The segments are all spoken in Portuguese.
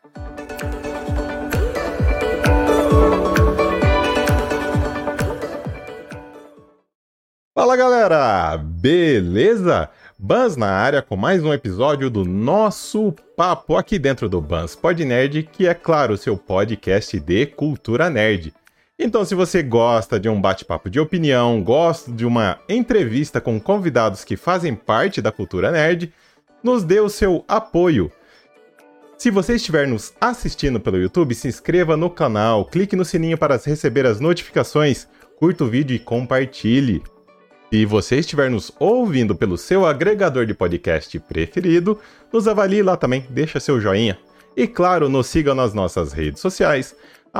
Fala galera, beleza? Bans na área com mais um episódio do nosso papo aqui dentro do Bans Pod Nerd, que é claro, o seu podcast de cultura nerd. Então se você gosta de um bate-papo de opinião, gosta de uma entrevista com convidados que fazem parte da cultura nerd, nos dê o seu apoio. Se você estiver nos assistindo pelo YouTube, se inscreva no canal, clique no sininho para receber as notificações, curta o vídeo e compartilhe. Se você estiver nos ouvindo pelo seu agregador de podcast preferido, nos avalie lá também, deixa seu joinha. E claro, nos siga nas nossas redes sociais,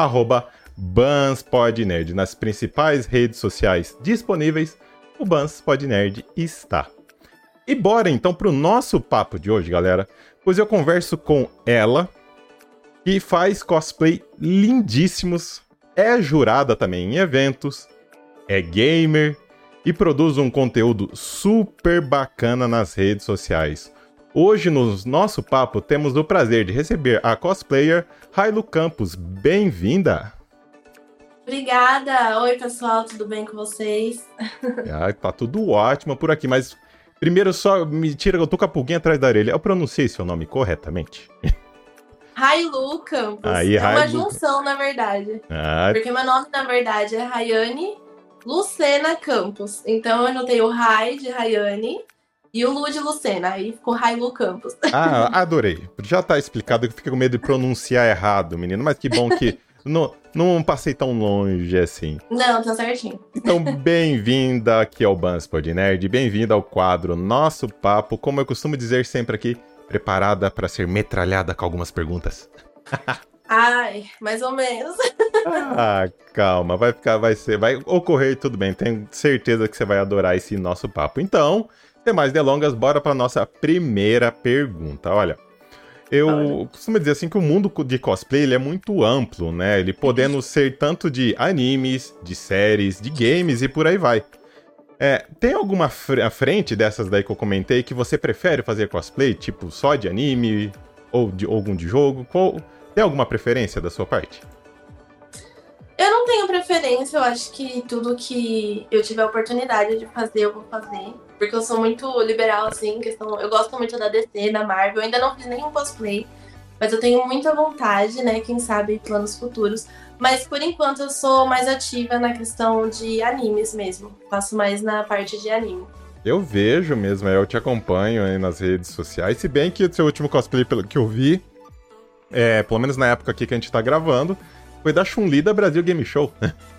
@BansPodNerd. Nas principais redes sociais disponíveis, o Bans Pod Nerd está. E bora então pro nosso papo de hoje, galera, pois eu converso com ela, que faz cosplay lindíssimos, é jurada também em eventos, é gamer e produz um conteúdo super bacana nas redes sociais. Hoje, no nosso papo, temos o prazer de receber a cosplayer Hailu Campos. Bem-vinda! Obrigada! Oi, pessoal, tudo bem com vocês? Tá tudo ótimo por aqui, mas primeiro só me tira, eu tô com a pulguinha atrás da orelha. Eu pronunciei seu nome corretamente? Hailu Campos. Aí, uma junção, na verdade. Porque meu nome, na verdade, é Rayane Lucena Campos. Então eu anotei o Rai de Rayane e o Lu de Lucena. Aí ficou Hailu Campos. Adorei. Já tá explicado que eu fiquei com medo de pronunciar errado, menino. Mas que bom que não passei tão longe assim. Não, tá certinho. Então, bem-vinda aqui ao Bans Pod Nerd. Bem-vinda ao quadro Nosso Papo. Como eu costumo dizer sempre aqui, preparada para ser metralhada com algumas perguntas. Mais ou menos. Calma, vai ocorrer tudo bem. Tenho certeza que você vai adorar esse nosso papo. Então, sem mais delongas, bora para nossa primeira pergunta. Olha, eu costumo dizer assim que o mundo de cosplay ele é muito amplo, né? Ele podendo ser tanto de animes, de séries, de games e por aí vai. Tem alguma frente dessas daí que eu comentei que você prefere fazer cosplay, tipo só de anime ou de algum de jogo? Tem alguma preferência da sua parte? Eu não tenho preferência, eu acho que tudo que eu tiver oportunidade de fazer, eu vou fazer. Porque eu sou muito liberal, assim, eu gosto muito da DC, da Marvel, eu ainda não fiz nenhum cosplay, mas eu tenho muita vontade, né, quem sabe planos futuros. Mas por enquanto eu sou mais ativa na questão de animes mesmo, faço mais na parte de anime. Eu vejo mesmo, eu te acompanho aí nas redes sociais, se bem que o seu último cosplay, pelo que eu vi, pelo menos na época aqui que a gente tá gravando, foi da Chun-Li da Brasil Game Show.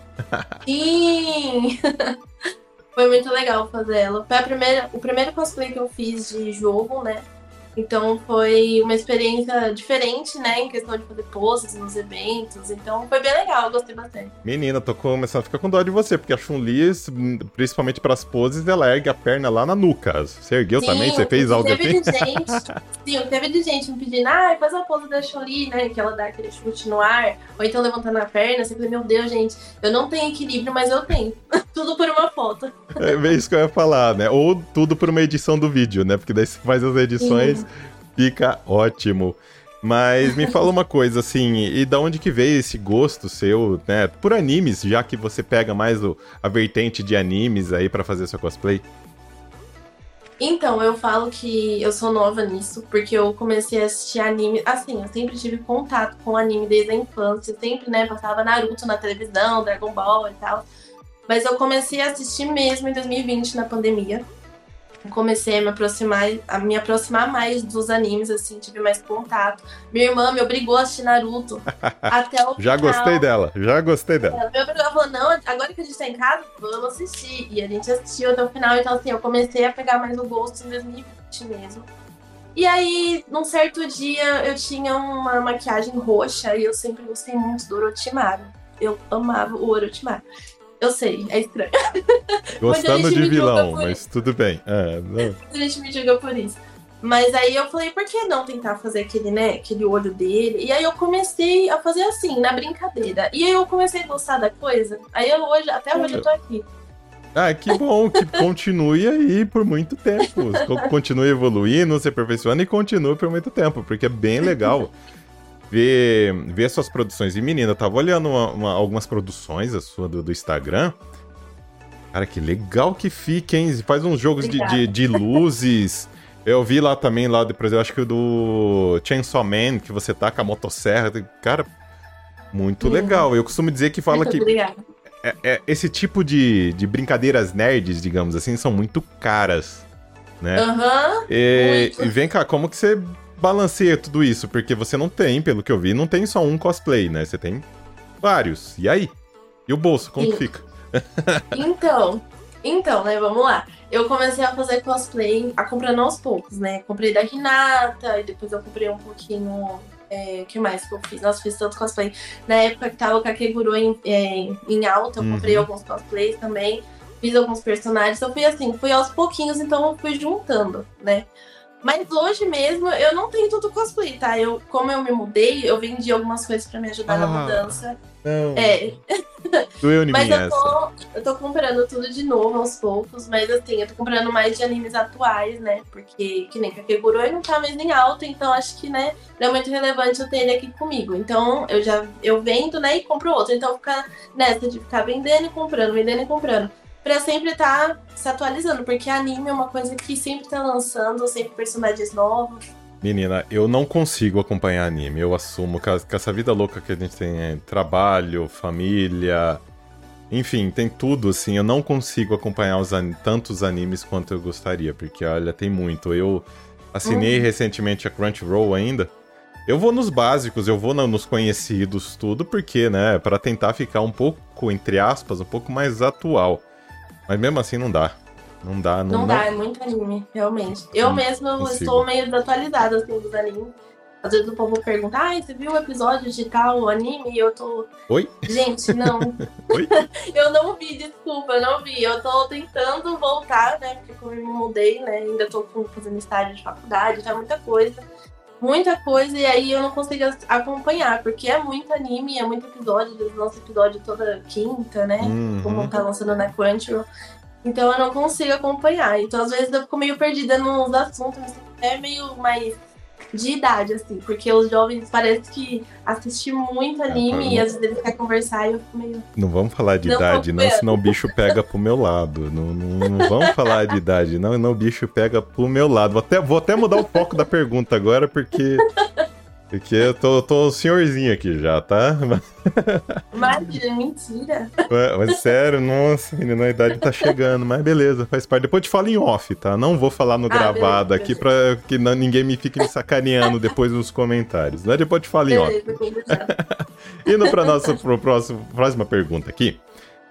Sim! Foi muito legal fazer ela. Foi o primeiro cosplay que eu fiz de jogo, né? Então foi uma experiência diferente, né? Em questão de fazer poses nos eventos. Então foi bem legal, eu gostei bastante. Menina, tô começando a ficar com dó de você, porque a Chun-Li, principalmente pras poses, ela ergue a perna lá na nuca. Você ergueu também? Você fez algo assim? Teve de gente me pedindo, faz a pose da Chun-Li, né? Que ela dá aquele chute no ar, ou então levantando a perna. Você falei, meu Deus, gente, eu não tenho equilíbrio, mas eu tenho. Tudo por uma foto. É isso que eu ia falar, né? Ou tudo por uma edição do vídeo, né? Porque daí você faz as edições, fica ótimo. Mas me fala uma coisa, assim, e da onde que veio esse gosto seu, né? Por animes, já que você pega mais a vertente de animes aí pra fazer seu cosplay? Então, eu falo que eu sou nova nisso, porque eu comecei a assistir anime. Assim, eu sempre tive contato com anime desde a infância. Sempre, né, passava Naruto na televisão, Dragon Ball e tal. Mas eu comecei a assistir mesmo em 2020, na pandemia. Comecei a me aproximar mais dos animes, assim, tive mais contato. Minha irmã me obrigou a assistir Naruto até o Já final. gostei dela. Ela falou, não, agora que a gente tá em casa, vamos assistir. E a gente assistiu até o final, então assim, eu comecei a pegar mais o gosto em 2020 mesmo. E aí, num certo dia, eu tinha uma maquiagem roxa e eu sempre gostei muito do Orochimaru. Eu amava o Orochimaru. Eu sei, é estranho. Gostando de vilão, mas tudo bem. A gente me julga por isso. Mas aí eu falei, por que não tentar fazer aquele, né, aquele olho dele? E aí eu comecei a fazer assim, na brincadeira. E aí eu comecei a gostar da coisa. Aí até hoje eu tô aqui. Que bom, que continue aí por muito tempo. Continue evoluindo, se aperfeiçoando e continue por muito tempo, porque é bem legal. ver suas produções. E, menina, eu tava olhando algumas produções a sua do Instagram. Cara, que legal que fica, hein? Faz uns jogos de luzes. Eu vi lá também, lá depois, eu acho que o do Chainsaw Man, que você tá com a motosserra. Cara, muito legal. Eu costumo dizer que fala que esse tipo de brincadeiras nerds, digamos assim, são muito caras, né? E vem cá, como que você balanceia tudo isso? Porque você não tem, pelo que eu vi, não tem só um cosplay, né? Você tem vários. E aí? E o bolso, como que fica? Então, né, vamos lá. Eu comecei a fazer cosplay, comprando aos poucos, né? Comprei da Hinata, e depois eu comprei um pouquinho... O que mais que eu fiz? Nossa, fiz tanto cosplay. Na época que tava o Kakegurui em alta, eu comprei alguns cosplays também. Fiz alguns personagens. Eu fui aos pouquinhos, então eu fui juntando, né? Mas hoje mesmo, eu não tenho tudo cosplay, tá? Como eu me mudei, eu vendi algumas coisas pra me ajudar na mudança. Não. Doeu em mas mim eu tô comprando tudo de novo aos poucos, mas assim, eu tô comprando mais de animes atuais, né? Porque, que nem Kakegurui não tá mais em alta, então acho que, né, não é muito relevante eu ter ele aqui comigo. Então, eu vendo, né, e compro outro. Então, fica nessa de ficar vendendo e comprando. Pra sempre estar se atualizando, porque anime é uma coisa que sempre tá lançando, sempre personagens novos. Menina, eu não consigo acompanhar anime. Eu assumo que essa vida louca que a gente tem trabalho, família, enfim, tem tudo, assim. Eu não consigo acompanhar tantos animes quanto eu gostaria, porque, olha, tem muito. Eu assinei recentemente a Crunchyroll ainda. Eu vou nos básicos, eu vou nos conhecidos, tudo, porque, né, pra tentar ficar um pouco, entre aspas, um pouco mais atual. Mas mesmo assim não dá. Não dá, é muito anime, realmente. Eu mesma estou meio desatualizada, assim, dos animes. Às vezes o povo pergunta, você viu o episódio de tal anime? E eu tô... Oi? Gente, não. Oi? Eu não vi, desculpa, eu não vi. Eu tô tentando voltar, né, porque como eu me mudei, né, ainda tô fazendo estágio de faculdade, tá muita coisa, e aí eu não consigo acompanhar, porque é muito anime, é muito episódio, eles lançam episódio toda quinta, né, como tá lançando na Crunchyroll. Então eu não consigo acompanhar. Então às vezes eu fico meio perdida nos assuntos, é meio mais de idade, assim, porque os jovens parece que assistem muito anime e às vezes eles querem conversar e eu fico meio... Não vamos falar de idade, não, senão o bicho pega pro meu lado. Não vamos falar de idade, não, o bicho pega pro meu lado. Vou até mudar o foco da pergunta agora, porque eu tô senhorzinho aqui já, tá? Imagina, mentira. Mas sério, nossa, menina, a idade tá chegando, mas beleza, faz parte. Depois eu te falo em off, tá? Não vou falar no gravado aqui pra que ninguém me fique sacaneando depois nos comentários, né? Depois eu te falo em off. Indo pra próxima pergunta aqui.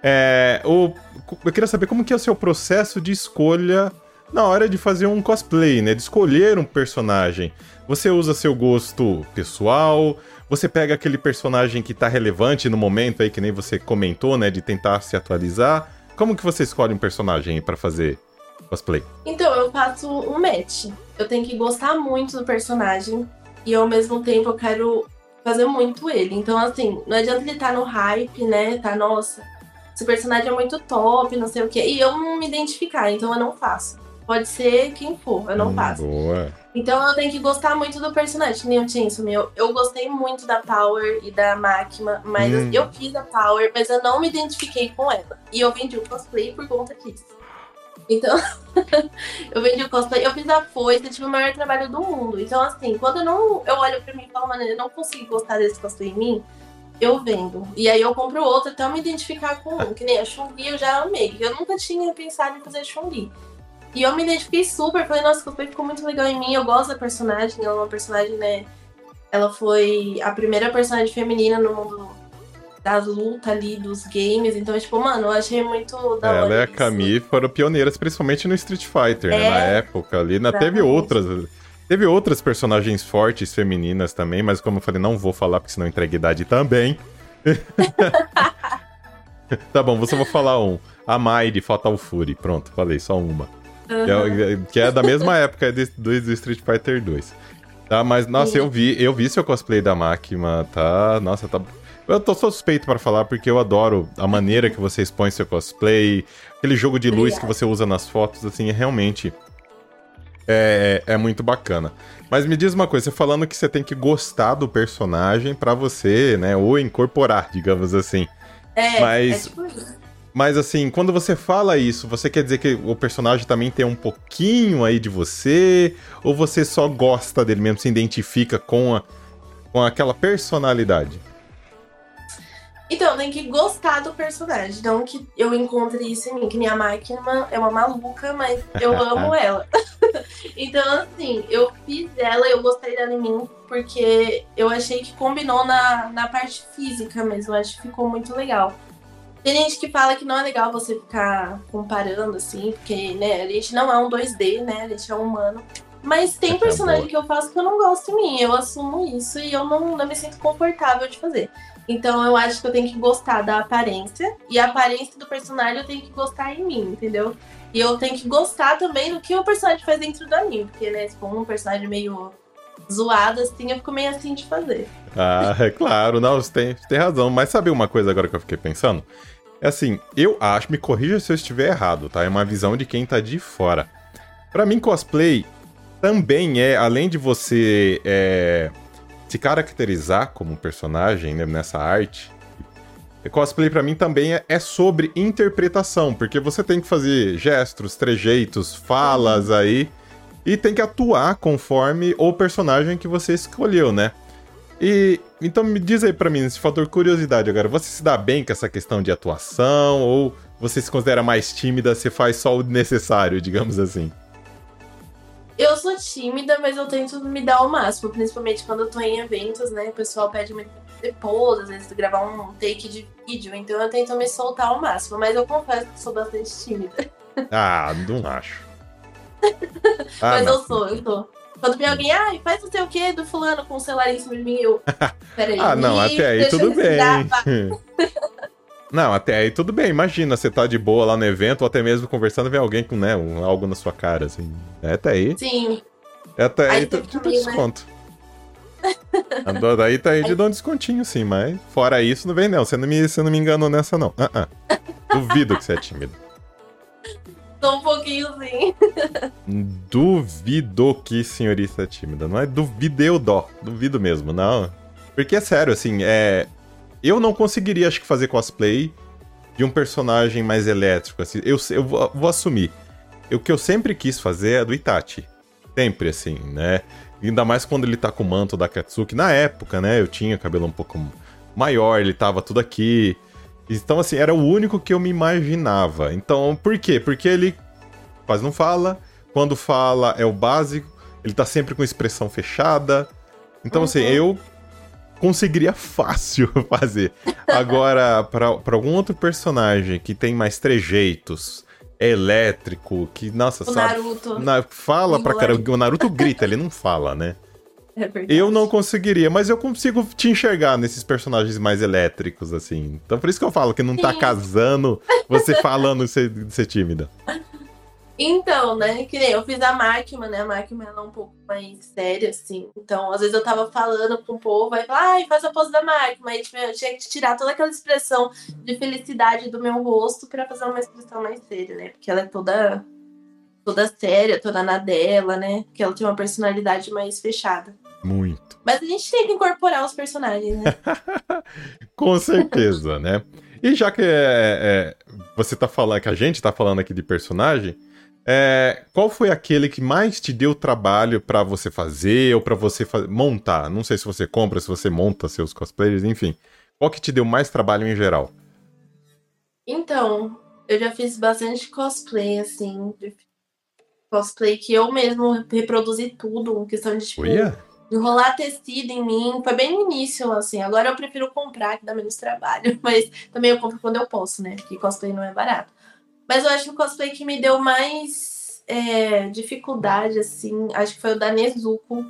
Eu queria saber como que é o seu processo de escolha na hora de fazer um cosplay, né? De escolher um personagem. Você usa seu gosto pessoal? Você pega aquele personagem que tá relevante no momento aí, que nem você comentou, né? De tentar se atualizar. Como que você escolhe um personagem aí pra fazer cosplay? Então, eu faço um match. Eu tenho que gostar muito do personagem e ao mesmo tempo eu quero fazer muito ele. Então, assim, não adianta ele estar no hype, né? Nossa, esse personagem é muito top, não sei o quê. E eu não me identificar, então eu não faço. Pode ser quem for, eu não faço. Boa. Então eu tenho que gostar muito do personagem. Nem o Chainsaw, eu gostei muito da Power e da Máquina, mas eu fiz a Power, mas eu não me identifiquei com ela. E eu vendi o cosplay por conta disso. Então, eu vendi o cosplay, eu fiz a foice, eu tive o maior trabalho do mundo. Então, assim, quando eu olho pra mim e falo, mano, eu não consigo gostar desse cosplay em mim, eu vendo. E aí eu compro outro até eu me identificar com um. Que nem a Chun-Li eu já amei. Eu nunca tinha pensado em fazer Chun-Li. E eu me identifiquei super, falei, nossa, o cosplay ficou muito legal em mim, eu gosto da personagem, ela é uma personagem, né, ela foi a primeira personagem feminina no mundo das lutas ali, dos games, então, tipo, mano, eu achei muito da hora. Ela e a Camille foram pioneiras, principalmente no Street Fighter, né, na época ali, teve outras personagens fortes femininas também, mas como eu falei, não vou falar, porque senão entrega idade também. Tá bom, você vou falar um, a Mai de Fatal Fury, pronto, falei, só uma. Que é da mesma época do Street Fighter 2. Tá, mas, nossa, eu vi seu cosplay da Máquina, tá? Nossa, tá... Eu tô suspeito pra falar, porque eu adoro a maneira que você expõe seu cosplay, aquele jogo de luz que você usa nas fotos, assim, realmente É muito bacana. Mas me diz uma coisa, você falando que você tem que gostar do personagem pra você, né, ou incorporar, digamos assim. É Mas, tipo isso. mas assim, quando você fala isso, você quer dizer que o personagem também tem um pouquinho aí de você? Ou você só gosta dele mesmo, se identifica com aquela personalidade? Então, tem que gostar do personagem. Não que eu encontre isso em mim, que minha máquina é uma maluca, mas eu amo ela. Então, assim, eu fiz ela, eu gostei dela em mim, porque eu achei que combinou na parte física mesmo. Eu acho que ficou muito legal. Tem gente que fala que não é legal você ficar comparando, assim, porque, né, a gente não é um 2D, né? A gente é um humano. Mas tem personagem Boa. que eu faço que eu não gosto em mim. Eu assumo isso e eu não me sinto confortável de fazer. Então eu acho que eu tenho que gostar da aparência. E a aparência do personagem eu tenho que gostar em mim, entendeu? E eu tenho que gostar também do que o personagem faz dentro da mim. Porque, né, se for um personagem meio zoado, assim, eu fico meio assim de fazer. Ah, é claro, não, você tem razão. Mas sabe uma coisa agora que eu fiquei pensando? É assim, eu acho, me corrija se eu estiver errado, tá? É uma visão de quem tá de fora. Pra mim, cosplay também além de você se caracterizar como um personagem, né, nessa arte, cosplay pra mim também é sobre interpretação, porque você tem que fazer gestos, trejeitos, falas aí, e tem que atuar conforme o personagem que você escolheu, né? E então me diz aí pra mim, esse fator curiosidade agora, você se dá bem com essa questão de atuação, ou você se considera mais tímida, você faz só o necessário, digamos assim? Eu sou tímida, mas eu tento me dar ao máximo, principalmente quando eu tô em eventos, né? O pessoal pede muito depois, às vezes, gravar um take de vídeo, então eu tento me soltar ao máximo, mas eu confesso que sou bastante tímida. Ah, não acho. Ah, Mas não. eu sou. Quando vem alguém, faz não sei o que do fulano com o celular em cima de mim, eu. Peraí, Ah, não, até aí deixa eu tudo respirar, bem. Não, até aí tudo bem. Imagina, você tá de boa lá no evento, ou até mesmo conversando, vem alguém com, né, algo na sua cara, assim. Até aí. Sim. Até aí Aí tu teve te dá também, né? desconto. Daí tá aí de dar um descontinho, sim, mas fora isso, não vem não. Você não me enganou nessa, não. Duvido que você é tímido. Tô um pouquinho assim. Duvido que senhorita é tímida. Não é duvideu dó. Duvido mesmo, não. Porque é sério, assim, eu não conseguiria, acho que, fazer cosplay de um personagem mais elétrico, assim. Eu vou assumir. O que eu sempre quis fazer é do Itachi. Sempre, assim, né? Ainda mais quando ele tá com o manto da Katsuki. Na época, né? Eu tinha cabelo um pouco maior, ele tava tudo aqui. Então, assim, era o único que eu me imaginava. Então, por quê? Porque ele quase não fala. Quando fala, é o básico. Ele tá sempre com expressão fechada. Então, assim, eu conseguiria fácil fazer. Agora, pra algum outro personagem que tem mais trejeitos, é elétrico, que, nossa, O sabe? Naruto. Fala pra caramba. O Naruto grita, ele não fala, né? É verdade. Eu não conseguiria, mas eu consigo te enxergar nesses personagens mais elétricos, assim. Então por isso que eu falo que não tá Sim. casando você falando ser tímida. Então, né, que nem eu fiz a Máquina, né, a Máquina ela é um pouco mais séria, assim, então às vezes eu tava falando com o povo, aí fala, faz a pose da Máquina, aí tipo, eu tinha que tirar toda aquela expressão de felicidade do meu rosto pra fazer uma expressão mais séria, né, porque ela é toda séria, toda na dela, né, porque ela tem uma personalidade mais fechada. Muito. Mas a gente tem que incorporar os personagens, né. Com certeza, né? E já que você tá falando, que a gente tá falando aqui de personagem, qual foi aquele que mais te deu trabalho pra você fazer ou pra você montar? Não sei se você compra, se você monta seus cosplayers, enfim. Qual que te deu mais trabalho em geral? Então, eu já fiz bastante cosplay, assim, cosplay que eu mesmo reproduzi tudo, questão de, tipo, Uia? enrolar tecido em mim. Foi bem no início, assim. Agora eu prefiro comprar, que dá menos trabalho. Mas também eu compro quando eu posso, né? Porque cosplay não é barato. Mas eu acho que o cosplay que me deu mais dificuldade, assim, acho que foi o da Nezuko.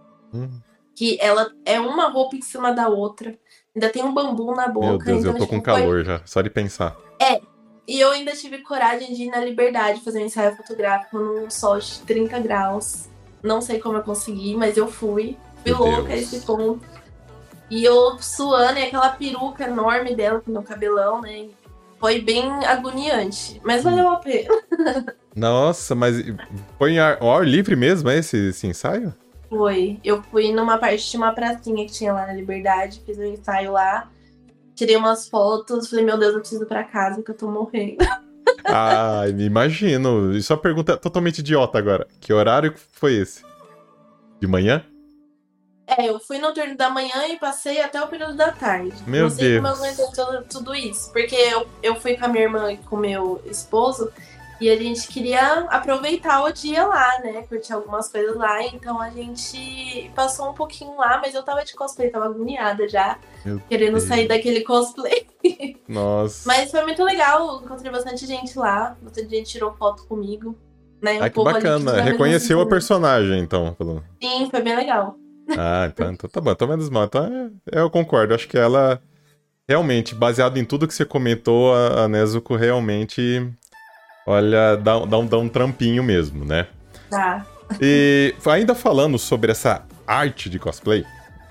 Que ela é uma roupa em cima da outra. Ainda tem um bambu na boca. Meu Deus, então, eu tô tipo, com calor já, só de pensar. E eu ainda tive coragem de ir na Liberdade fazer um ensaio fotográfico num sol de 30 graus. Não sei como eu consegui, mas eu fui. Fui Meu louca a Deus. esse ponto. E eu suando, e aquela peruca enorme dela com meu cabelão, né? Foi bem agoniante, mas valeu a pena. Nossa, mas foi ao ar livre mesmo esse ensaio? Foi. Eu fui numa parte de uma pracinha que tinha lá na Liberdade, fiz um ensaio lá, tirei umas fotos, falei, meu Deus, eu preciso ir pra casa que eu tô morrendo. Ah, me imagino. E só pergunta totalmente idiota agora. Que horário foi esse? De manhã? Eu fui no turno da manhã e passei até o período da tarde. Meu Não sei como eu Deus. aguentei tudo isso. Porque eu fui com a minha irmã e com o meu esposo e a gente queria aproveitar o dia lá, né? Curtir algumas coisas lá. Então a gente passou um pouquinho lá, mas eu tava de cosplay, tava agoniada já. Meu Querendo Deus. sair daquele cosplay. Nossa. Mas foi muito legal, encontrei bastante gente lá. Bastante gente tirou foto comigo. Né? Ah, O que povo ali tudo bacana. na mesma Reconheceu a cintura. personagem, então. Falou. Sim, foi bem legal. Ah, então tá bom. Então menos mal. Então eu concordo. Acho que ela, realmente, baseado em tudo que você comentou, a Nezuko realmente, olha, dá um trampinho mesmo, né? Tá. E ainda falando sobre essa arte de cosplay,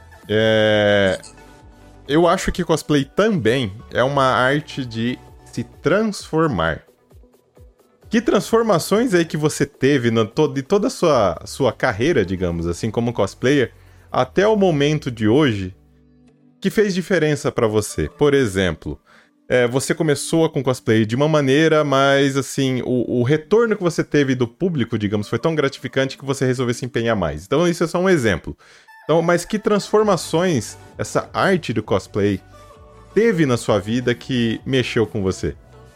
eu acho que cosplay também é uma arte de se transformar. Que transformações aí que você teve de toda a sua carreira, digamos assim, como cosplayer, até o momento de hoje, que fez diferença pra você? Por exemplo, você começou com cosplay de uma maneira, mas assim, o retorno que você teve do público, digamos, foi tão gratificante que você resolveu se empenhar mais. Então isso é só um exemplo. Então, mas que transformações essa arte do cosplay teve na sua vida que mexeu com você?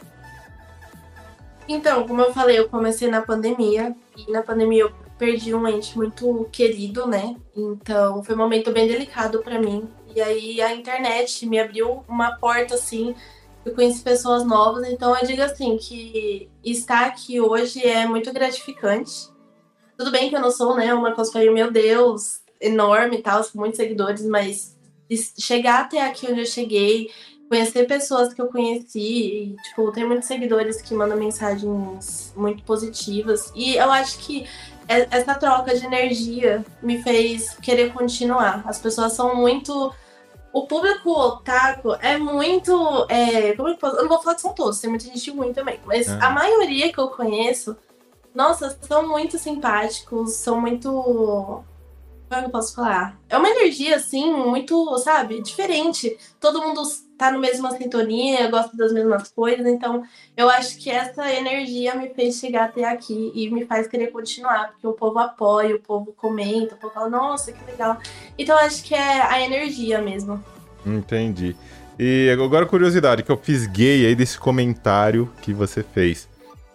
Então, como eu falei, eu comecei na pandemia. E na pandemia eu perdi um ente muito querido, né? Então foi um momento bem delicado pra mim. E aí a internet me abriu uma porta, assim. Eu conheci pessoas novas. Então eu digo assim, que estar aqui hoje é muito gratificante. Tudo bem que eu não sou, né, uma cosplayer, meu Deus, enorme e tal, com muitos seguidores, mas chegar até aqui onde eu cheguei, conhecer pessoas que eu conheci, e, tipo, tem muitos seguidores que mandam mensagens muito positivas. E eu acho que essa troca de energia me fez querer continuar. As pessoas são muito. O público otaku é muito. Como é que eu posso? Eu não vou falar que são todos, tem muita gente ruim também. Mas a maioria que eu conheço, nossa, são muito simpáticos, são muito. Como eu posso falar? É uma energia, assim, muito, sabe, diferente. Todo mundo tá na mesma sintonia, gosta das mesmas coisas. Então, eu acho que essa energia me fez chegar até aqui e me faz querer continuar. Porque o povo apoia, o povo comenta, o povo fala, nossa, que legal. Então, eu acho que é a energia mesmo. Entendi. E agora curiosidade, que eu fisguei aí desse comentário que você fez.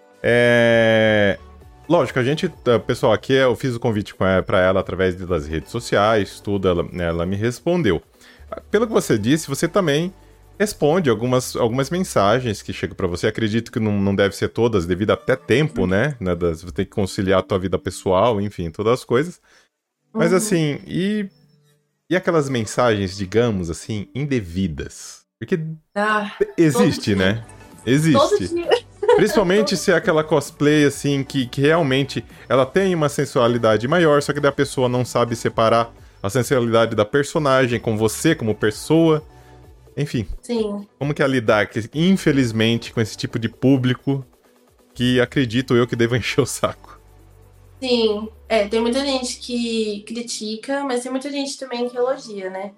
Lógico, pessoal, aqui eu fiz o convite pra ela através das redes sociais, tudo, ela me respondeu. Pelo que você disse, você também responde algumas mensagens que chegam pra você. Acredito que não deve ser todas, devido até tempo, né? Você tem que conciliar a tua vida pessoal, enfim, todas as coisas. Mas assim, e aquelas mensagens, digamos assim, indevidas? Porque existe, né? Existe. Principalmente se é aquela cosplay, assim, que realmente ela tem uma sensualidade maior, só que daí a pessoa não sabe separar a sensualidade da personagem com você como pessoa. Enfim. Sim. Como que é lidar, infelizmente, com esse tipo de público que acredito eu que devo encher o saco? Sim. Tem muita gente que critica, mas tem muita gente também que elogia, né?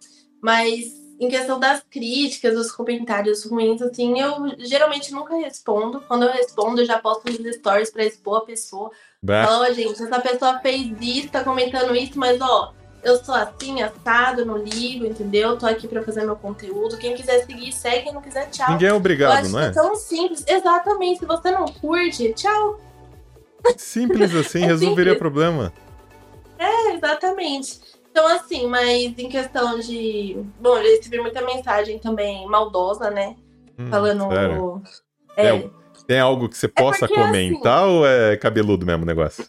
Mas em questão das críticas, dos comentários ruins, assim, eu geralmente nunca respondo. Quando eu respondo, eu já posto nos stories pra expor a pessoa. Falo, ó, gente, essa pessoa fez isso, tá comentando isso, mas ó, eu sou assim, assado, não ligo, entendeu? Tô aqui pra fazer meu conteúdo. Quem quiser seguir, segue. Quem não quiser, tchau. Ninguém é obrigado, não é? É tão simples. Exatamente. Se você não curte, tchau. Simples assim, resolveria o problema. Exatamente. Então, assim, mas em questão de. Bom, eu recebi muita mensagem também maldosa, né? Falando. Sério? Tem algo que você possa comentar ou é cabeludo mesmo o negócio?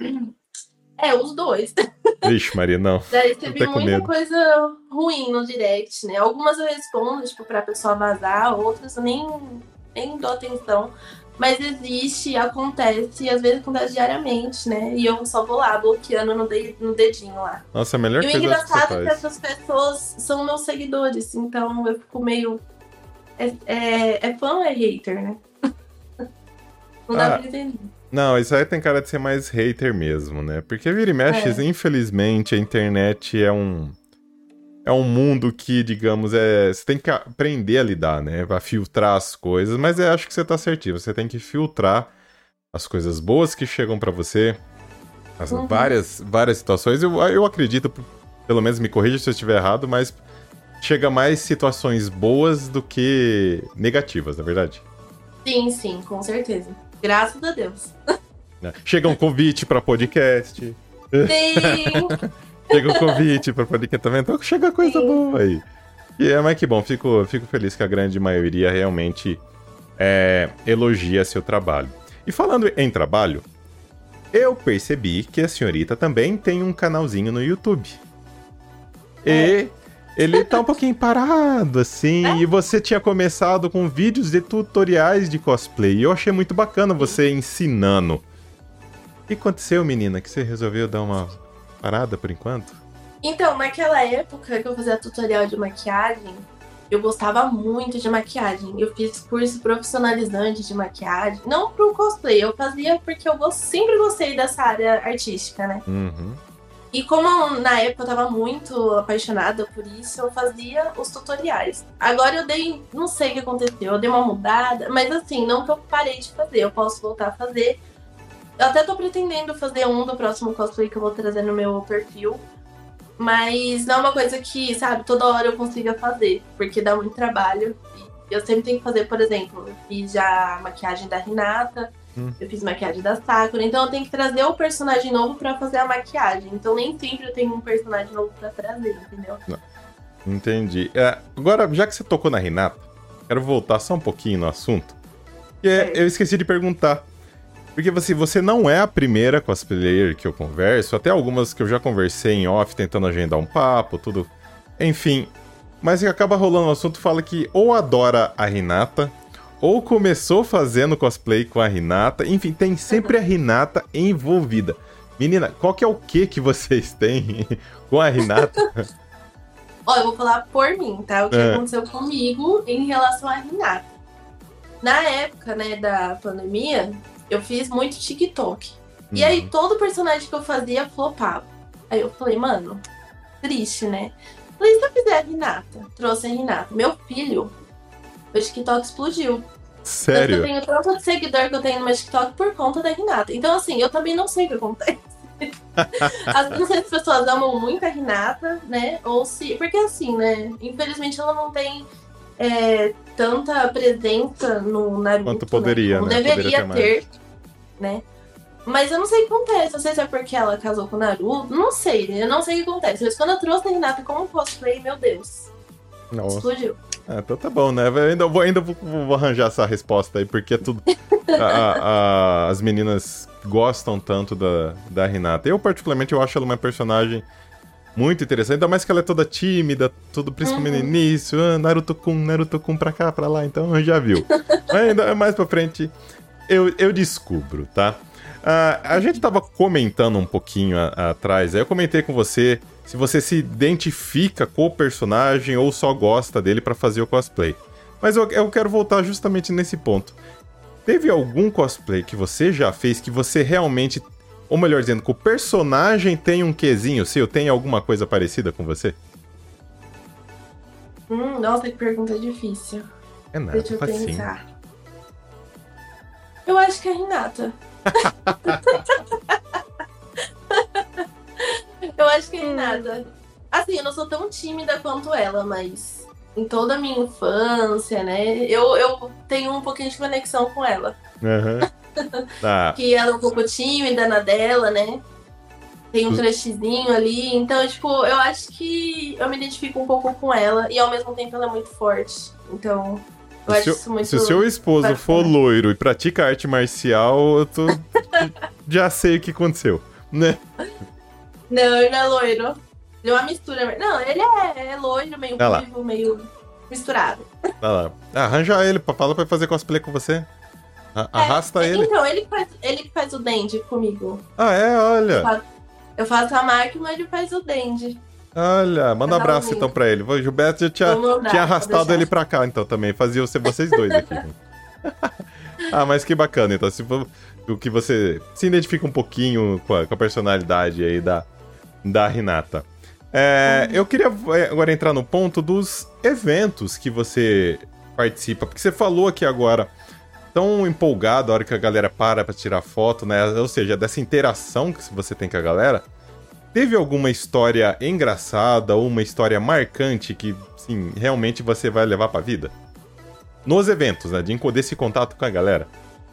Os dois. Vixe, Maria, não. Já recebi muita coisa ruim no direct, né? Algumas eu respondo, tipo, pra pessoa vazar, outras eu nem dou atenção. Mas existe, acontece, e às vezes acontece diariamente, né? E eu só vou lá, bloqueando no dedinho lá. Nossa, a melhor coisa que você faz. E o engraçado é que essas pessoas são meus seguidores, então eu fico meio... É fã ou é hater, né? Não dá pra entender. Não, isso aí tem cara de ser mais hater mesmo, né? Porque vira e mexe, infelizmente, a internet é um mundo que, digamos, você tem que aprender a lidar, né? A filtrar as coisas, mas eu acho que você tá certinho. Você tem que filtrar as coisas boas que chegam pra você, as várias situações. Eu acredito, pelo menos me corrija se eu estiver errado, mas chega mais situações boas do que negativas, na verdade? Sim, com certeza. Graças a Deus. Chega um convite pra podcast. Sim! Chega um convite pra podcast também, então chega coisa boa aí. Mas que bom, fico feliz que a grande maioria realmente elogia seu trabalho. E falando em trabalho, eu percebi que a senhorita também tem um canalzinho no YouTube. E ele tá um pouquinho parado, assim, e você tinha começado com vídeos de tutoriais de cosplay. E eu achei muito bacana você ensinando. O que aconteceu, menina, que você resolveu dar uma parada por enquanto? Então, naquela época que eu fazia tutorial de maquiagem, eu gostava muito de maquiagem. Eu fiz curso profissionalizante de maquiagem. Não pro cosplay, eu fazia porque eu sempre gostei dessa área artística, né? Uhum. E como na época eu tava muito apaixonada por isso, eu fazia os tutoriais. Agora não sei o que aconteceu, eu dei uma mudada, mas assim, não que eu parei de fazer, eu posso voltar a fazer. Eu até tô pretendendo fazer um do próximo cosplay que eu vou trazer no meu perfil, mas não é uma coisa que, sabe, toda hora eu consiga fazer, porque dá muito trabalho. E eu sempre tenho que fazer, por exemplo, eu fiz já a maquiagem da Renata, eu fiz maquiagem da Sakura, então eu tenho que trazer o personagem novo pra fazer a maquiagem. Então nem sempre eu tenho um personagem novo pra trazer, entendeu? Não. Entendi. Agora, já que você tocou na Renata, quero voltar só um pouquinho no assunto. Eu esqueci de perguntar. Porque você não é a primeira cosplayer que eu converso, até algumas que eu já conversei em off, tentando agendar um papo, tudo. Enfim, mas acaba rolando o assunto, fala que ou adora a Renata, ou começou fazendo cosplay com a Renata. Enfim, tem sempre a Renata envolvida. Menina, qual que é o que vocês têm com a Renata? Ó, eu vou falar por mim, tá? O que aconteceu comigo em relação à Renata. Na época, né, da pandemia, eu fiz muito TikTok. E aí, todo personagem que eu fazia flopava. Aí eu falei, mano, triste, né? Falei, se eu fizer a Renata, trouxe a Renata. Meu filho, o TikTok explodiu. Sério? Eu tenho tanto de seguidor que eu tenho no meu TikTok por conta da Renata. Então, assim, eu também não sei o que acontece. Não sei se as pessoas amam muito a Renata, né? Ou se... Porque assim, né? Infelizmente ela não tem tanta presença no Naruto. Quanto poderia, né? né? Deveria ter, né? Mas eu não sei o que acontece. Não sei se é porque ela casou com o Naruto. Não sei, eu não sei o que acontece. Mas quando eu trouxe a Renata como cosplay, meu Deus. Nossa. Explodiu. Então tá bom, né? Eu ainda vou arranjar essa resposta aí, porque é tudo. As meninas gostam tanto da Renata. Eu, particularmente, eu acho ela uma personagem muito interessante, ainda mais que ela é toda tímida, tudo principalmente no início. Naruto-kun pra cá, pra lá, então já viu. Mas ainda mais pra frente, eu descubro, tá? A gente tava comentando um pouquinho atrás, aí eu comentei com você se você se identifica com o personagem ou só gosta dele pra fazer o cosplay. Mas eu quero voltar justamente nesse ponto. Teve algum cosplay que você já fez que você realmente, ou melhor dizendo, que o personagem tem um quezinho seu, tem alguma coisa parecida com você? Nossa, que pergunta difícil. É nada, deixa eu facinho. pensar. Eu acho que é a Renata. Eu acho que é a Renata. Assim, eu não sou tão tímida quanto ela, mas em toda a minha infância, né? Eu tenho um pouquinho de conexão com ela. Que ela é um pouco tímida na dela, né? Tem um crushzinho ali. Então, tipo, eu acho que eu me identifico um pouco com ela. E ao mesmo tempo ela é muito forte. Então, eu acho isso muito... Se o seu esposo bacana. for loiro e pratica arte marcial, eu já sei o que aconteceu, né? Não, ele não é loiro. Ele é uma mistura. Não, ele é loiro, meio ruivo, meio misturado. Tá lá. Arranja ele, fala pra fazer cosplay com você. Arrasta ele. Então, ele que faz o Dendi comigo. Olha. Eu faço a máquina, mas ele faz o Dendi. Olha, manda um abraço então pra ele. O Gilberto já tinha arrastado ele pra cá, então também. Fazia vocês dois aqui. Ah, mas que bacana. Então, se for o que você se identifica um pouquinho com a personalidade aí da Hinata. Eu queria agora entrar no ponto dos eventos que você participa, porque você falou aqui agora tão empolgado a hora que a galera para pra tirar foto, né? Ou seja, dessa interação que você tem com a galera. Teve alguma história engraçada ou uma história marcante que, sim, realmente você vai levar pra vida? Nos eventos, né? Desse contato com a galera.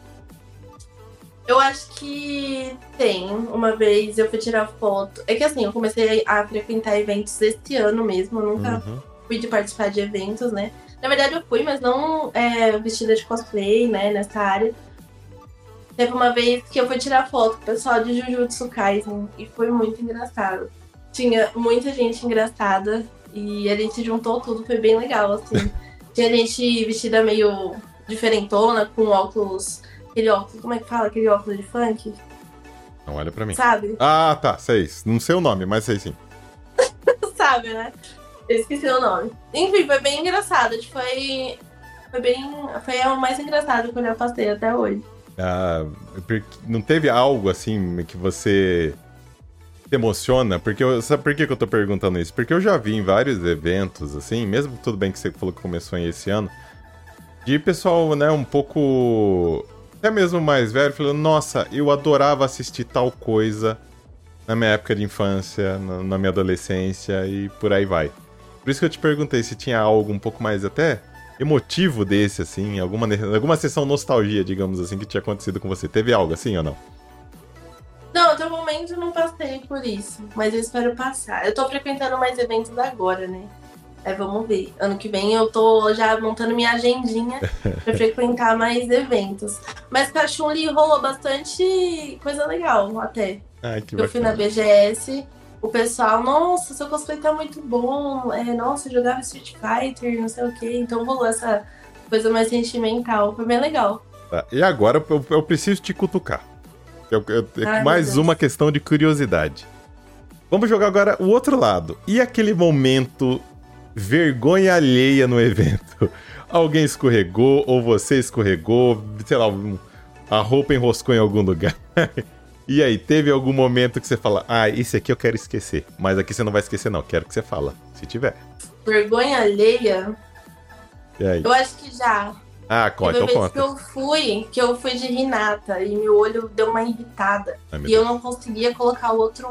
Eu acho que tem. Uma vez eu fui tirar foto. É que assim, eu comecei a frequentar eventos esse ano mesmo. Eu nunca fui de participar de eventos, né? Na verdade eu fui, mas não vestida de cosplay, né? Nessa área. Teve uma vez que eu fui tirar foto com o pessoal de Jujutsu Kaisen. E foi muito engraçado. Tinha muita gente engraçada. E a gente juntou tudo, foi bem legal, assim. Tinha gente vestida meio diferentona, com óculos... Aquele óculos, como é que fala? Aquele óculos de funk? Não, olha pra mim. Sabe? Ah, tá, sei. Não sei o nome, mas sei sim. Sabe, né? Eu esqueci o nome. Enfim, foi bem engraçado. Foi o mais engraçado que eu já passei até hoje. Ah, não teve algo assim que você se emociona? Sabe por que eu tô perguntando isso? Porque eu já vi em vários eventos, assim, mesmo tudo bem que você falou que começou esse ano, de pessoal, né, um pouco... até mesmo mais velho, falando, nossa, eu adorava assistir tal coisa na minha época de infância, na minha adolescência e por aí vai. Por isso que eu te perguntei se tinha algo um pouco mais até emotivo desse, assim, alguma sessão nostalgia, digamos assim, que tinha acontecido com você. Teve algo assim ou não? Não, até o momento eu não passei por isso, mas eu espero passar. Eu tô frequentando mais eventos agora, né? Vamos ver. Ano que vem eu tô já montando minha agendinha pra frequentar mais eventos. Mas com a Chun-Li rolou bastante coisa legal até. Ai, que eu fui na BGS, o pessoal, nossa, seu cosplay tá muito bom. Nossa, eu jogava Street Fighter, não sei o quê. Então rolou essa coisa mais sentimental. Foi bem legal. Tá, e agora eu preciso te cutucar. Mais uma questão de curiosidade. Vamos jogar agora o outro lado. E aquele momento... vergonha alheia no evento. Alguém escorregou, ou você escorregou, sei lá, a roupa enroscou em algum lugar. E aí, teve algum momento que você fala, esse aqui eu quero esquecer. Mas aqui você não vai esquecer não, quero que você fala, se tiver. Vergonha alheia? E aí? Eu acho que já. Conta, então conta. Que eu fui de Hinata e meu olho deu uma irritada. E eu não conseguia colocar a outra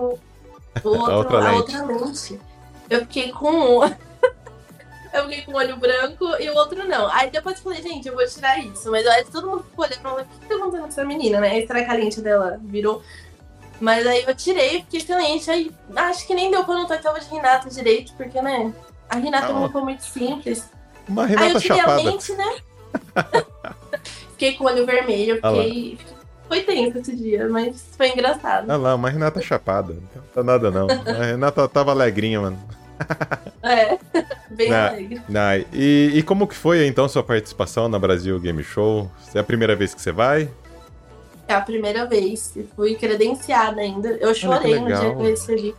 lente. Eu fiquei com eu fiquei com o olho branco e o outro não. Aí depois eu falei, gente, eu vou tirar isso. Mas aí todo mundo ficou olhando pra mim, o que tá acontecendo com essa menina, né? A estraga a lente dela virou. Mas aí eu tirei, fiquei excelente. Aí acho que nem deu pra notar que tava de Hinata direito, porque, né? A Hinata é uma roupa muito simples. Uma Hinata aí eu tirei chapada. A lente, né? Fiquei com o olho vermelho, Foi tenso esse dia, mas foi engraçado. Ah lá, uma Hinata chapada. Não tá nada não. A Hinata tava alegrinha, mano. Bem alegre. E como que foi, então, sua participação na Brasil Game Show? É a primeira vez que você vai? É a primeira vez. Fui credenciada ainda. Eu chorei no dia que eu recebi.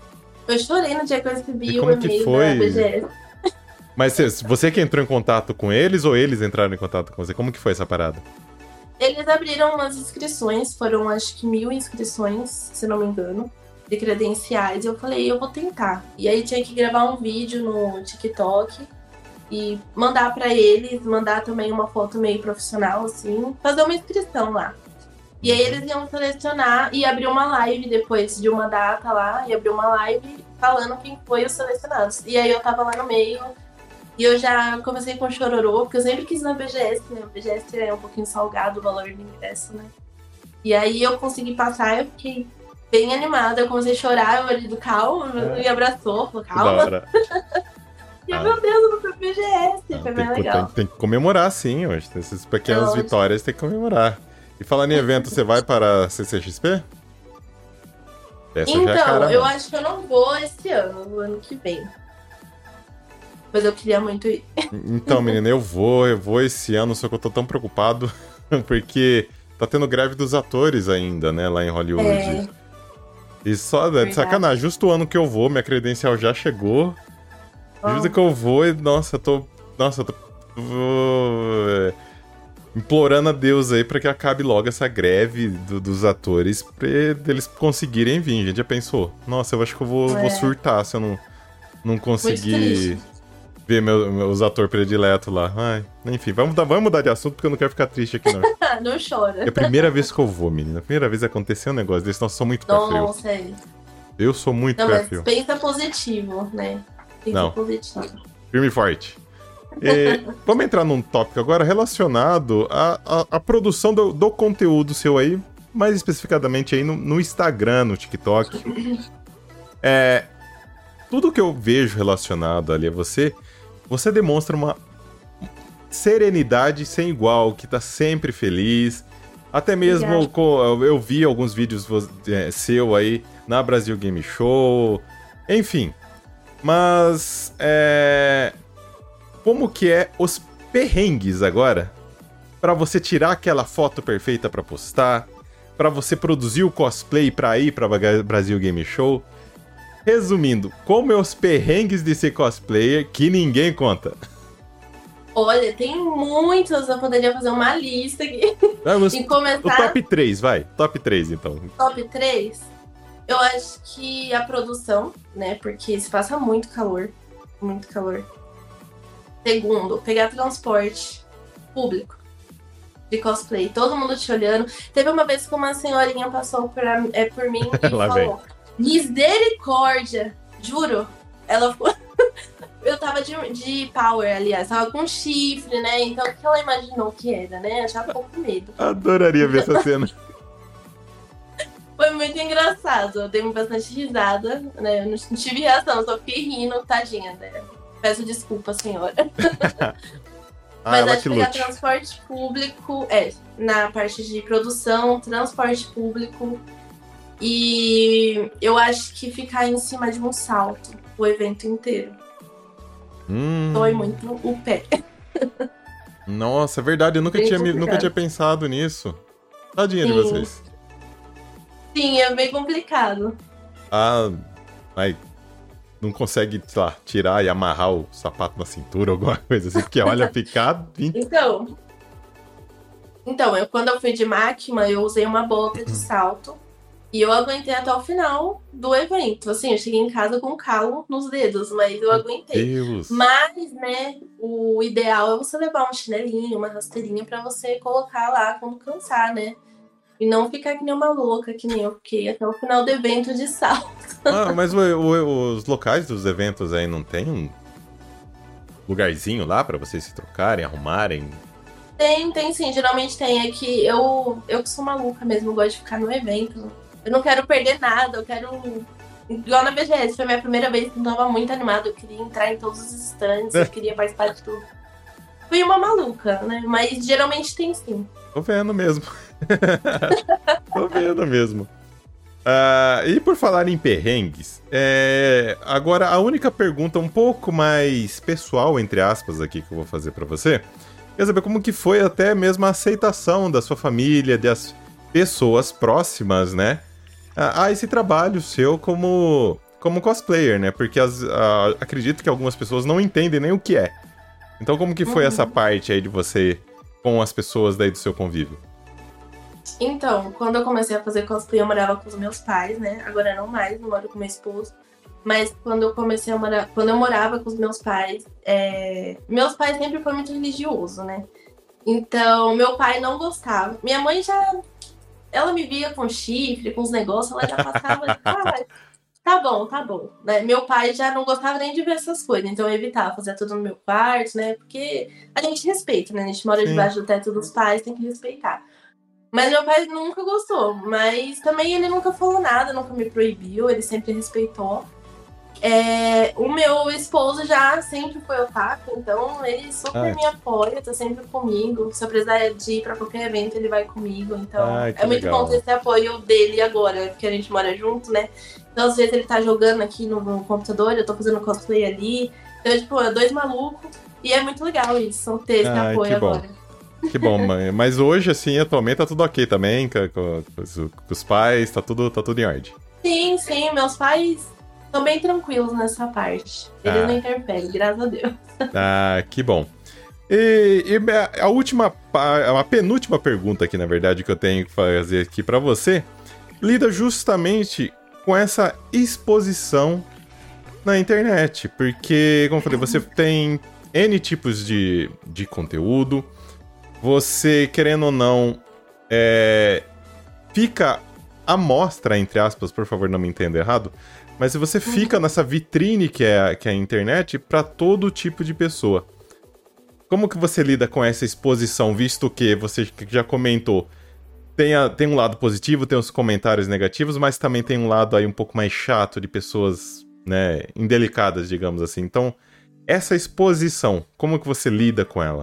E como que foi? Da BGS. Mas você que entrou em contato com eles ou eles entraram em contato com você? Como que foi essa parada? Eles abriram umas inscrições, foram acho que 1000 inscrições, se não me engano, de credenciais. Eu falei, eu vou tentar. E aí tinha que gravar um vídeo no TikTok e mandar pra eles, mandar também uma foto meio profissional, assim, fazer uma inscrição lá. E aí eles iam selecionar e abrir uma live depois de uma data lá, e abrir uma live falando quem foi os selecionados. E aí eu tava lá no meio, e eu já comecei com chororô, porque eu sempre quis ir na BGS, né? A BGS é um pouquinho salgado o valor do ingresso, né? E aí eu consegui passar, eu fiquei bem animada, eu comecei a chorar, o marido, calma, me abraçou, falou, calma. E meu Deus, eu vou pra BGS, foi bem legal. Tem que comemorar, sim, hoje. Essas pequenas vitórias tem que comemorar. E falando em evento, você vai para a CCXP? Então, eu acho que eu não vou esse ano, no ano que vem. Mas eu queria muito ir. Então, menina, eu vou esse ano, só que eu tô tão preocupado, porque tá tendo greve dos atores ainda, né, lá em Hollywood. E só, de sacanagem, justo o ano que eu vou, minha credencial já chegou. Justo que eu vou e, nossa, eu tô implorando a Deus aí pra que acabe logo essa greve dos atores pra eles conseguirem vir. A gente já pensou, nossa, eu acho que eu vou surtar se eu não conseguir ver meus atores prediletos lá. Ai, enfim, vamos mudar de assunto porque eu não quero ficar triste aqui, não. Não chora. É a primeira vez que eu vou, menina. A primeira vez aconteceu um negócio desse. Nossa, eu sou muito pé frio. Não, sério. Eu sou muito pé frio. Pensa positivo, né? Pensa positivo. Firme e forte. Vamos entrar num tópico agora relacionado à produção do conteúdo seu aí, mais especificadamente aí no Instagram, no TikTok. Tudo que eu vejo relacionado ali a você demonstra uma serenidade sem igual, que tá sempre feliz. Até mesmo eu vi alguns vídeos seu aí na Brasil Game Show. Enfim. Mas, como que é os perrengues agora? Pra você tirar aquela foto perfeita pra postar, pra você produzir o cosplay pra ir pra Brasil Game Show. Resumindo, como é os perrengues de ser cosplayer que ninguém conta? Olha, tem muitos, eu poderia fazer uma lista aqui. E começar... O top 3, vai. Top 3, então. Top 3? Eu acho que a produção, né? Porque se passa muito calor. Muito calor. Segundo, pegar transporte público de cosplay. Todo mundo te olhando. Teve uma vez que uma senhorinha passou por mim e falou... Misericórdia! Juro. Ela ficou... Eu tava de power, aliás. Tava com chifre, né? Então, o que ela imaginou que era, né? Eu já ficou com medo. Adoraria ver essa cena. Foi muito engraçado. Eu dei bastante risada, né? Eu não tive reação, só fiquei rindo, tadinha, né? Peço desculpa, senhora. Mas acho que pegar transporte público... na parte de produção, transporte público... E eu acho que ficar em cima de um salto o evento inteiro. Dói muito o pé. Nossa, é verdade, eu nunca tinha pensado nisso. Tadinha de vocês. Sim, é bem complicado. Mas não consegue, sei lá, tirar e amarrar o sapato na cintura, alguma coisa assim, porque olha, ficar... Então, quando eu fui de máquina, eu usei uma bota de salto. E eu aguentei até o final do evento. Assim, eu cheguei em casa com calo nos dedos, mas eu aguentei. Deus. Mas, né, o ideal é você levar um chinelinho, uma rasteirinha pra você colocar lá quando cansar, né? E não ficar que nem uma louca, que nem eu fiquei até o final do evento de salto. Mas os locais dos eventos aí não tem um lugarzinho lá pra vocês se trocarem, arrumarem? Tem sim, geralmente tem. É que eu que sou maluca mesmo, eu gosto de ficar no evento. Eu não quero perder nada, eu quero... Igual na BGS, foi a minha primeira vez que eu tava muito animada. Eu queria entrar em todos os stands, eu queria participar de tudo. Fui uma maluca, né? Mas geralmente tem sim. Tô vendo mesmo. Tô vendo mesmo. E por falar em perrengues, agora a única pergunta um pouco mais pessoal, entre aspas, aqui que eu vou fazer pra você, quer saber como que foi até mesmo a aceitação da sua família, das pessoas próximas, né? A esse trabalho seu como cosplayer, né? Porque acredito que algumas pessoas não entendem nem o que é. Então como que foi essa parte aí de você com as pessoas daí do seu convívio? Então, quando eu comecei a fazer cosplay, eu morava com os meus pais, né? Agora não mais, não moro com meu esposo. Mas quando eu morava com os meus pais sempre foram muito religiosos, né? Então, meu pai não gostava. Minha mãe ela me via com chifre, com os negócios, ela já passava, tá bom, né? Meu pai já não gostava nem de ver essas coisas, então eu evitava fazer tudo no meu quarto, né? Porque a gente respeita, né? A gente mora debaixo do teto dos pais, tem que respeitar. Mas meu pai nunca gostou, mas também ele nunca falou nada, nunca me proibiu, ele sempre respeitou. O meu esposo já sempre foi otaku, então ele super me apoia, tá sempre comigo. Se eu precisar de ir pra qualquer evento, ele vai comigo. Então é muito bom ter esse apoio dele agora, porque a gente mora junto, né? Então às vezes ele tá jogando aqui no computador, eu tô fazendo cosplay ali. Então, é dois malucos. E é muito legal isso, ter esse apoio agora. Que bom, mãe. Mas hoje, assim, atualmente tá tudo ok também, com os pais, tá tudo em ordem. Sim, meus pais estão bem tranquilos nessa parte. Eles não interferem, graças a Deus. Que bom. A penúltima pergunta aqui, na verdade, que eu tenho que fazer aqui pra você, lida justamente com essa exposição na internet. Porque, como eu falei, você tem N tipos de conteúdo. Você, querendo ou não, fica à mostra, entre aspas, por favor, não me entenda errado, mas você fica nessa vitrine que é a internet para todo tipo de pessoa. Como que você lida com essa exposição, visto que você já comentou, tem um lado positivo, tem os comentários negativos, mas também tem um lado aí um pouco mais chato de pessoas, né, indelicadas, digamos assim. Então, essa exposição, como que você lida com ela?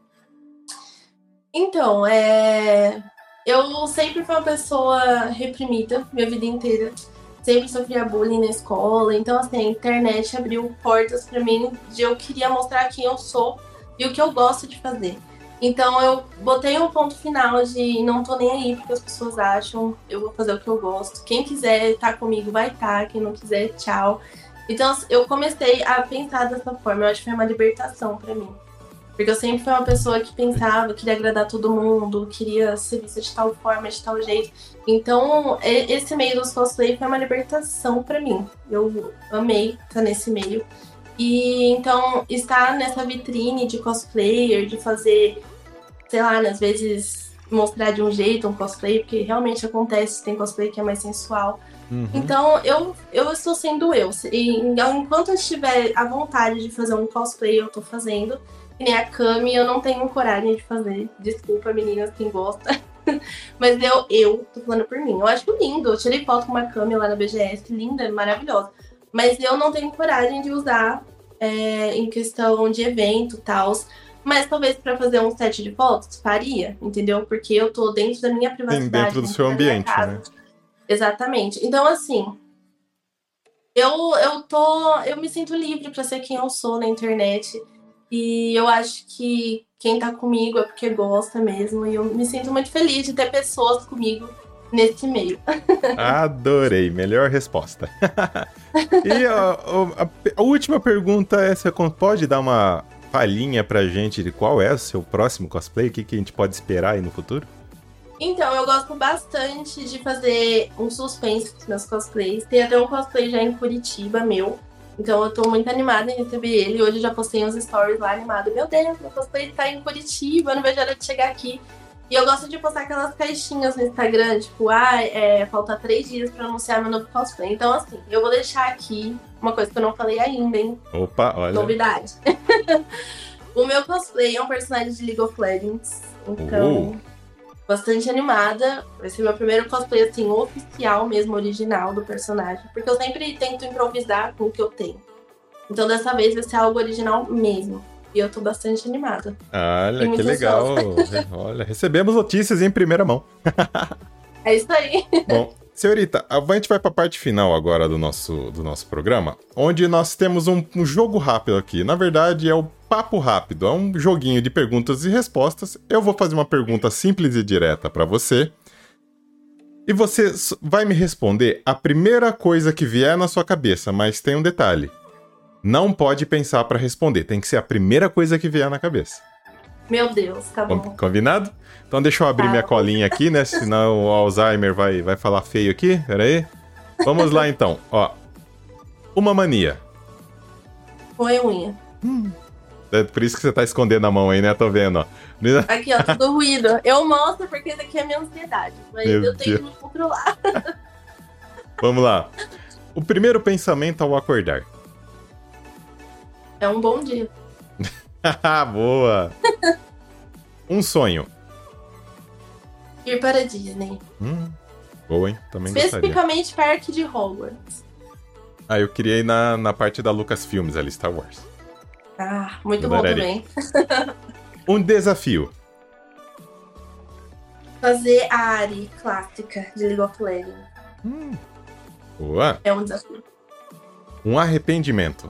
Então, eu sempre fui uma pessoa reprimida minha vida inteira. Sempre sofria bullying na escola. Então, assim, a internet abriu portas pra mim de eu queria mostrar quem eu sou e o que eu gosto de fazer. Então, eu botei um ponto final de não tô nem aí porque as pessoas acham, eu vou fazer o que eu gosto. Quem quiser estar comigo vai estar, quem não quiser, tchau. Então, eu comecei a pensar dessa forma. Eu acho que foi uma libertação pra mim. Porque eu sempre fui uma pessoa que pensava, queria agradar todo mundo, queria ser vista de tal forma, de tal jeito. Então, esse meio dos cosplay foi uma libertação pra mim. Eu amei estar nesse meio. E então, estar nessa vitrine de cosplayer, de fazer, sei lá, às vezes mostrar de um jeito um cosplay, porque realmente acontece, tem cosplay que é mais sensual. Uhum. Então, eu estou sendo eu. E enquanto eu estiver à vontade de fazer um cosplay, eu tô fazendo. Que nem a Cami, eu não tenho coragem de fazer. Desculpa, meninas, quem gosta. Mas eu tô falando por mim. Eu acho lindo. Eu tirei foto com uma Cami lá na BGS, linda, maravilhosa. Mas eu não tenho coragem de usar em questão de evento e tal. Mas talvez pra fazer um set de fotos, faria, entendeu? Porque eu tô dentro da minha privacidade. Dentro do seu ambiente, né? Exatamente. Então, assim, eu me sinto livre pra ser quem eu sou na internet. E eu acho que quem tá comigo é porque gosta mesmo. E eu me sinto muito feliz de ter pessoas comigo nesse meio. Adorei, melhor resposta. E a última pergunta é: você pode dar uma palhinha pra gente de qual é o seu próximo cosplay? O que a gente pode esperar aí no futuro? Então, eu gosto bastante de fazer um suspense com os meus cosplays. Tem até um cosplay já em Curitiba, meu. Então eu tô muito animada em receber ele. Hoje eu já postei uns stories lá animada. Meu Deus, meu cosplay tá em Curitiba, eu não vejo a hora de chegar aqui. E eu gosto de postar aquelas caixinhas no Instagram, tipo, falta 3 dias pra anunciar meu novo cosplay. Então, assim, eu vou deixar aqui uma coisa que eu não falei ainda, hein? Opa, olha. Novidade. O meu cosplay é um personagem de League of Legends. Então, bastante animada. Vai ser meu primeiro cosplay, assim, oficial mesmo, original do personagem. Porque eu sempre tento improvisar com o que eu tenho. Então, dessa vez vai ser algo original mesmo. E eu tô bastante animada. Olha, que legal. Olha, recebemos notícias em primeira mão. É isso aí. Bom, senhorita, a gente vai pra parte final agora do nosso programa, onde nós temos um jogo rápido aqui. Na verdade, é o Papo Rápido. É um joguinho de perguntas e respostas. Eu vou fazer uma pergunta simples e direta pra você. E você vai me responder a primeira coisa que vier na sua cabeça, mas tem um detalhe. Não pode pensar pra responder, tem que ser a primeira coisa que vier na cabeça. Meu Deus, tá bom. Combinado? Então deixa eu abrir minha colinha aqui, né? Senão o Alzheimer vai falar feio aqui. Pera aí. Vamos lá então. Ó. Uma mania. Roer unha. É por isso que você tá escondendo a mão aí, né? Tô vendo, ó. Aqui, ó, tudo ruído. Eu mostro porque isso aqui é minha ansiedade. Mas eu tenho que me controlar. Vamos lá. O primeiro pensamento ao acordar. É um bom dia. Boa! Um sonho. Ir para a Disney. Boa, hein? Também especificamente Parque de Hogwarts. Eu queria ir na parte da Lucasfilmes ali, Star Wars. Muito bom também. Um desafio. Fazer a Ahri clássica de League of Legends. Boa! É um desafio. Um arrependimento.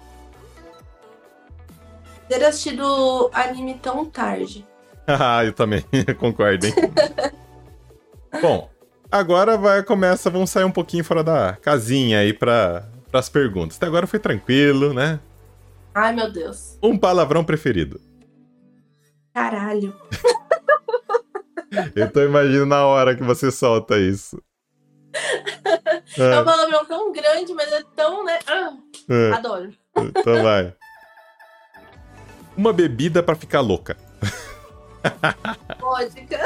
Ter assistido anime tão tarde. Eu também, concordo, hein? Bom, agora vamos sair um pouquinho fora da casinha aí pras perguntas. Até agora foi tranquilo, né? Ai, meu Deus. Um palavrão preferido. Caralho. Eu tô imaginando na hora que você solta isso. É um palavrão tão grande, mas é tão, né? Adoro. Então vai. Uma bebida pra ficar louca. Vodka.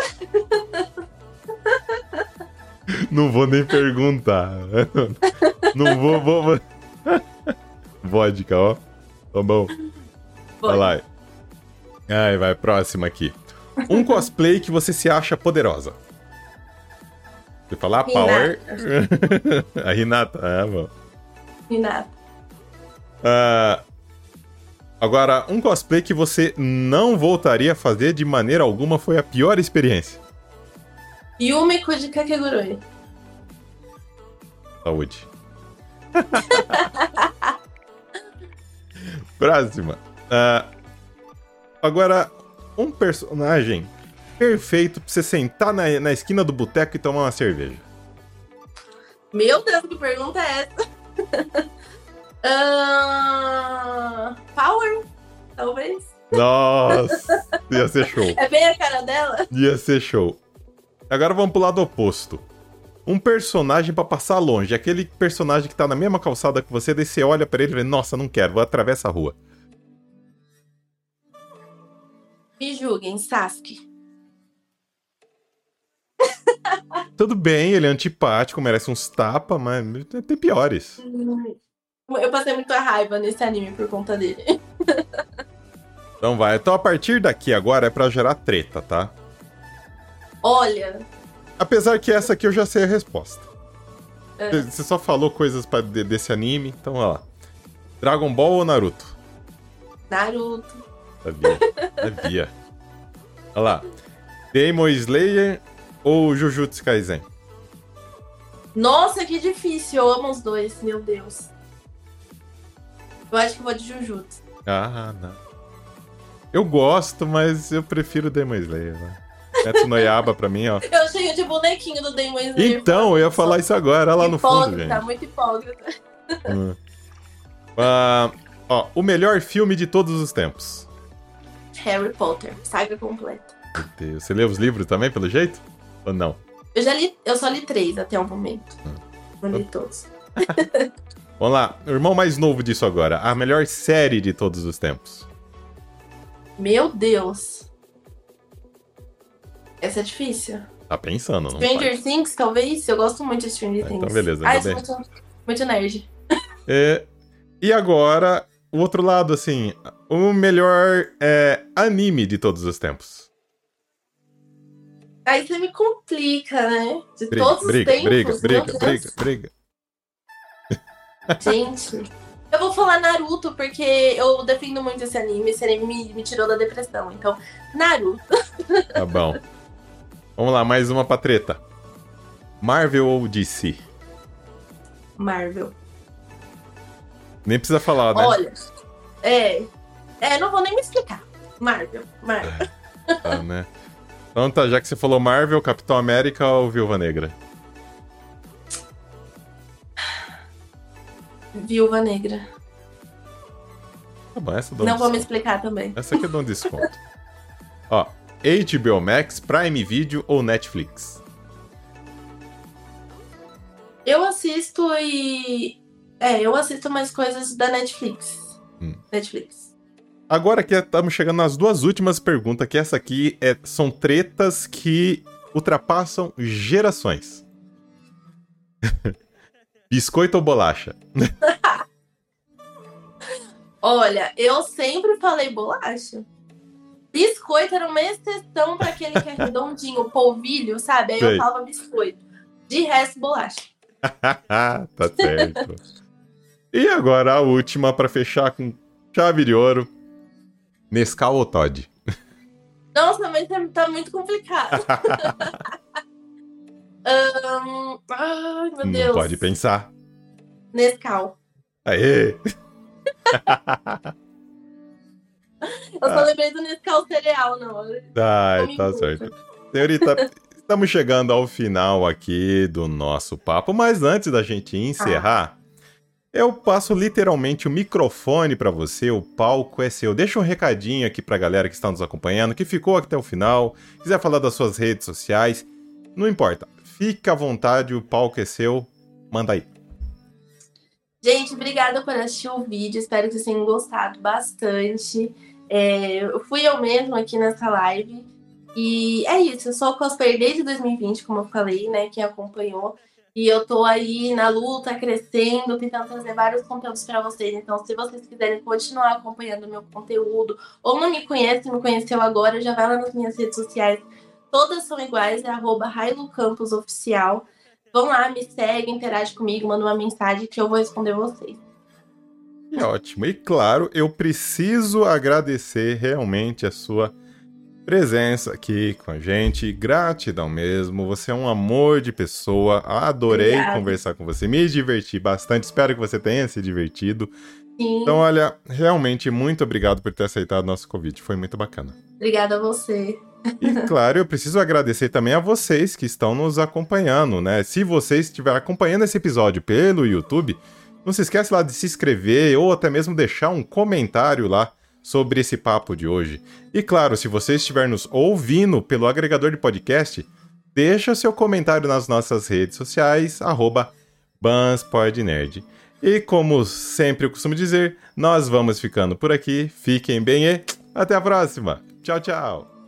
Não vou nem perguntar. Não vou. Vodka, ó. Tá bom. Vai lá. Ai, vai, próxima aqui. Um cosplay que você se acha poderosa. Você falar Power. A Hinata. Bom. Hinata. Agora, um cosplay que você não voltaria a fazer de maneira alguma foi a pior experiência. Yumiko de Kakegurui. Saúde. Próxima. Agora, um personagem perfeito pra você sentar na esquina do boteco e tomar uma cerveja. Meu Deus, que pergunta é essa? Power, talvez. Nossa, ia ser show. É bem a cara dela? Ia ser show. Agora vamos pro lado oposto. Um personagem pra passar longe. Aquele personagem que tá na mesma calçada que você, daí você olha pra ele e vê, nossa, não quero, vou atravessar a rua. Me julguem, Sasuke. Tudo bem, ele é antipático, merece uns tapas, mas tem piores. Eu passei muita raiva nesse anime por conta dele. Então vai. Então a partir daqui agora é pra gerar treta, tá? Olha. Apesar que essa aqui eu já sei a resposta. Você só falou coisas desse anime, então olha lá. Dragon Ball ou Naruto? Naruto. Sabia. Olha lá. Demon Slayer ou Jujutsu Kaisen? Nossa, que difícil. Eu amo os dois, meu Deus. Eu acho que vou de Jujutsu. Ah, não. Eu gosto, mas eu prefiro Demon Slayer, né? Metsu no Yaiba pra mim, ó. Eu cheio de bonequinho do Demon Slayer. Então, eu ia falar isso agora, lá no fundo, gente. Tá muito hipócrita. Ó, o melhor filme de todos os tempos. Harry Potter, saga completa. Meu Deus. Você leu os livros também, pelo jeito? Ou não? Eu só li 3 até o momento. Não li todos. Vamos lá, o irmão mais novo disso agora. A melhor série de todos os tempos. Meu Deus. Essa é difícil. Tá pensando, não Stranger Things, talvez? Eu gosto muito de Stranger Things. Então beleza, eu ainda sou muito nerd. E agora, o outro lado, assim, o melhor anime de todos os tempos. Aí você me complica, né? De todos os tempos. Briga. Gente, eu vou falar Naruto porque eu defendo muito esse anime. Esse anime me tirou da depressão. Então, Naruto. Tá bom. Vamos lá, mais uma pra treta. Marvel ou DC? Marvel. Nem precisa falar, né? Olha, não vou nem me explicar. Marvel. Tá, né? Então tá, já que você falou Marvel, Capitão América ou Viúva Negra? Viúva Negra. Tá bom, essa eu dou Não vou me explicar também. Essa aqui eu dou um desconto. Ó, HBO Max, Prime Video ou Netflix? Eu assisto eu assisto mais coisas da Netflix. Netflix. Agora que estamos chegando nas duas últimas perguntas, que essa aqui são tretas que ultrapassam gerações. Biscoito ou bolacha? Olha, eu sempre falei bolacha. Biscoito era uma exceção para aquele que é redondinho, polvilho, sabe? Aí Sei. eu falava biscoito. De resto, bolacha. Tá certo. E agora a última para fechar com chave de ouro. Nescau ou Toddy? Nossa, mas tá muito complicado. Ai, meu Deus. Pode pensar. Nescau. Aê! Eu só lembrei do Nescau cereal na hora. Ai, tá certo. Senhorita, estamos chegando ao final aqui do nosso papo, mas antes da gente encerrar, Eu passo literalmente o microfone para você, o palco é seu. Deixa um recadinho aqui pra galera que está nos acompanhando, que ficou até o final, quiser falar das suas redes sociais, não importa. Fica à vontade, o palco é seu, manda aí. Gente, obrigada por assistir o vídeo, espero que vocês tenham gostado bastante. Fui eu mesma aqui nessa live. E é isso, eu sou cosplayer desde 2020, como eu falei, né? Quem acompanhou. E eu tô aí na luta, crescendo, tentando trazer vários conteúdos para vocês. Então, se vocês quiserem continuar acompanhando o meu conteúdo, ou não me conhece, me conheceu agora, já vai lá nas minhas redes sociais. Todas são iguais, é @HailuCampusOficial. Vão lá, me segue, interage comigo, manda uma mensagem que eu vou responder vocês. Ótimo. E claro, eu preciso agradecer realmente a sua presença aqui com a gente. Gratidão mesmo. Você é um amor de pessoa. Adorei Obrigada. Conversar com você. Me diverti bastante. Espero que você tenha se divertido. Sim. Então, olha, realmente muito obrigado por ter aceitado nosso convite. Foi muito bacana. Obrigada a você. E claro, eu preciso agradecer também a vocês que estão nos acompanhando, né? Se vocês estiverem acompanhando esse episódio pelo YouTube, não se esquece lá de se inscrever ou até mesmo deixar um comentário lá sobre esse papo de hoje. E claro, se você estiver nos ouvindo pelo agregador de podcast, deixa seu comentário nas nossas redes sociais, @BansPodNerd. E como sempre eu costumo dizer, nós vamos ficando por aqui. Fiquem bem e até a próxima. Tchau, tchau.